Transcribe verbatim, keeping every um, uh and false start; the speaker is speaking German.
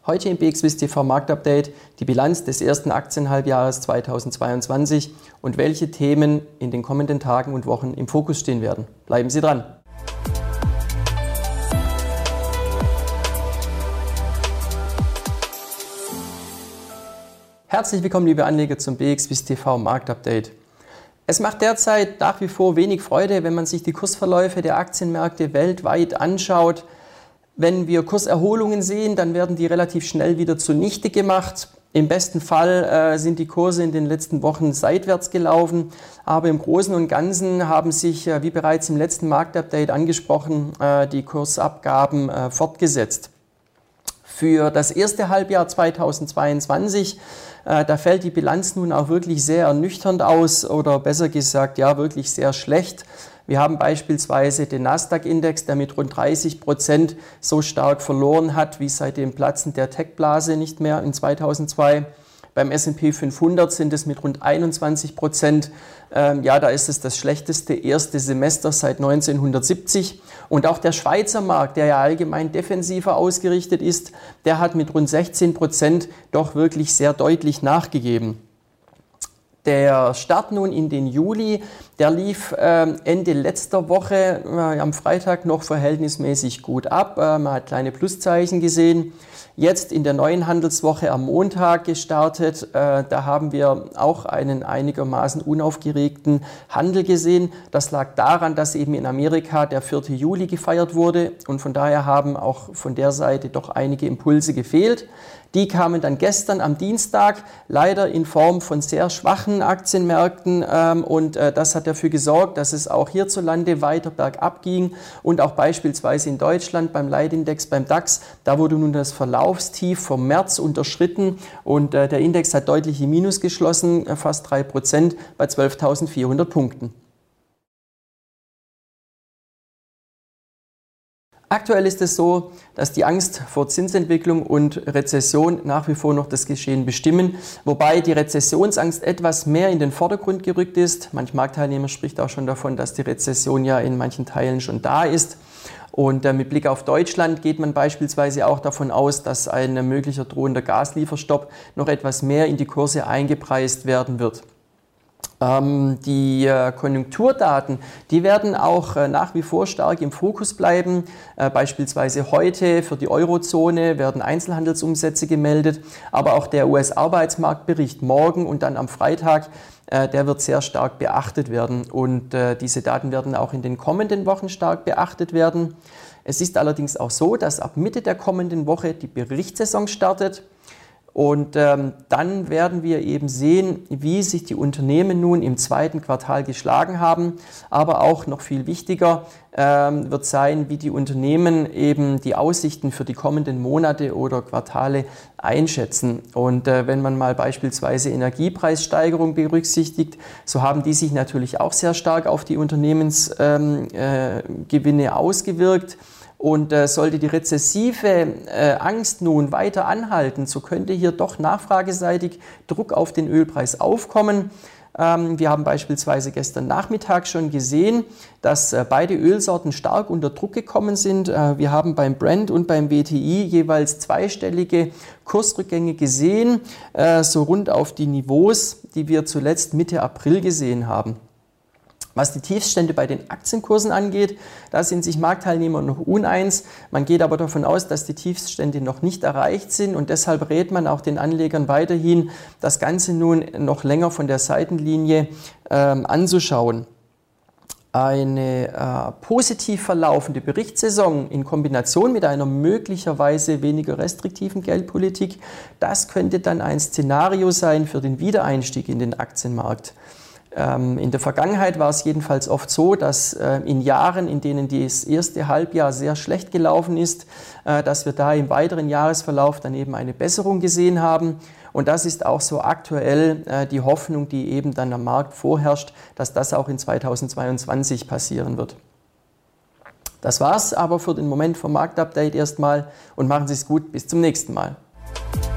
Heute im B X W I S T V Marktupdate die Bilanz des ersten Aktienhalbjahres zweitausendzweiundzwanzig und welche Themen in den kommenden Tagen und Wochen im Fokus stehen werden. Bleiben Sie dran! Herzlich willkommen, liebe Anleger, zum B X W I S T V Marktupdate. Es macht derzeit nach wie vor wenig Freude, wenn man sich die Kursverläufe der Aktienmärkte weltweit anschaut. Wenn wir Kurserholungen sehen, dann werden die relativ schnell wieder zunichte gemacht. Im besten Fall äh, sind die Kurse in den letzten Wochen seitwärts gelaufen, aber im Großen und Ganzen haben sich, äh, wie bereits im letzten Marktupdate angesprochen, äh, die Kursabgaben äh, fortgesetzt. Für das erste Halbjahr zweitausendzweiundzwanzig, äh, da fällt die Bilanz nun auch wirklich sehr ernüchternd aus oder besser gesagt, ja, wirklich sehr schlecht. Wir haben beispielsweise den Nasdaq-Index, der mit rund dreißig Prozent so stark verloren hat wie seit dem Platzen der Tech-Blase nicht mehr in zweitausendzwei. Beim S und P fünfhundert sind es mit rund einundzwanzig Prozent. Ähm, ja, da ist es das schlechteste erste Semester seit neunzehnhundertsiebzig. Und auch der Schweizer Markt, der ja allgemein defensiver ausgerichtet ist, der hat mit rund sechzehn Prozent doch wirklich sehr deutlich nachgegeben. Der Start nun in den Juli, der lief äh, Ende letzter Woche äh, am Freitag noch verhältnismäßig gut ab. Äh, man hat kleine Pluszeichen gesehen. Jetzt in der neuen Handelswoche am Montag gestartet. Äh, da haben wir auch einen einigermaßen unaufgeregten Handel gesehen. Das lag daran, dass eben in Amerika der vierte Juli gefeiert wurde. Und von daher haben auch von der Seite doch einige Impulse gefehlt. Die kamen dann gestern am Dienstag, leider in Form von sehr schwachen Aktienmärkten ähm, und äh, das hat dafür gesorgt, dass es auch hierzulande weiter bergab ging und auch beispielsweise in Deutschland beim Leitindex, beim DAX, da wurde nun das Verlaufstief vom März unterschritten und äh, der Index hat deutlich im Minus geschlossen, äh, fast drei Prozent bei zwölftausendvierhundert Punkten. Aktuell ist es so, dass die Angst vor Zinsentwicklung und Rezession nach wie vor noch das Geschehen bestimmen, wobei die Rezessionsangst etwas mehr in den Vordergrund gerückt ist. Manch Marktteilnehmer spricht auch schon davon, dass die Rezession ja in manchen Teilen schon da ist. Und äh, mit Blick auf Deutschland geht man beispielsweise auch davon aus, dass ein möglicher drohender Gaslieferstopp noch etwas mehr in die Kurse eingepreist werden wird. Ähm, die äh, Konjunkturdaten, die werden auch äh, nach wie vor stark im Fokus bleiben. Äh, beispielsweise heute für die Eurozone werden Einzelhandelsumsätze gemeldet, aber auch der U S-Arbeitsmarktbericht morgen und dann am Freitag, äh, der wird sehr stark beachtet werden. Und äh, diese Daten werden auch in den kommenden Wochen stark beachtet werden. Es ist allerdings auch so, dass ab Mitte der kommenden Woche die Berichtssaison startet. Und ähm, dann werden wir eben sehen, wie sich die Unternehmen nun im zweiten Quartal geschlagen haben. Aber auch noch viel wichtiger ähm, wird sein, wie die Unternehmen eben die Aussichten für die kommenden Monate oder Quartale einschätzen. Und äh, wenn man mal beispielsweise Energiepreissteigerung berücksichtigt, so haben die sich natürlich auch sehr stark auf die Unternehmensgewinne ähm, äh, ausgewirkt. Und äh, sollte die rezessive äh, Angst nun weiter anhalten, so könnte hier doch nachfrageseitig Druck auf den Ölpreis aufkommen. Ähm, wir haben beispielsweise gestern Nachmittag schon gesehen, dass äh, beide Ölsorten stark unter Druck gekommen sind. Äh, wir haben beim Brent und beim W T I jeweils zweistellige Kursrückgänge gesehen, äh, so rund auf die Niveaus, die wir zuletzt Mitte April gesehen haben. Was die Tiefststände bei den Aktienkursen angeht, da sind sich Marktteilnehmer noch uneins. Man geht aber davon aus, dass die Tiefststände noch nicht erreicht sind und deshalb rät man auch den Anlegern weiterhin, das Ganze nun noch länger von der Seitenlinie ähm, anzuschauen. Eine äh, positiv verlaufende Berichtssaison in Kombination mit einer möglicherweise weniger restriktiven Geldpolitik, das könnte dann ein Szenario sein für den Wiedereinstieg in den Aktienmarkt. In der Vergangenheit war es jedenfalls oft so, dass in Jahren, in denen das erste Halbjahr sehr schlecht gelaufen ist, dass wir da im weiteren Jahresverlauf dann eben eine Besserung gesehen haben. Und das ist auch so aktuell die Hoffnung, die eben dann am Markt vorherrscht, dass das auch in zweitausendzweiundzwanzig passieren wird. Das war's aber für den Moment vom Marktupdate erstmal und machen Sie es gut, bis zum nächsten Mal.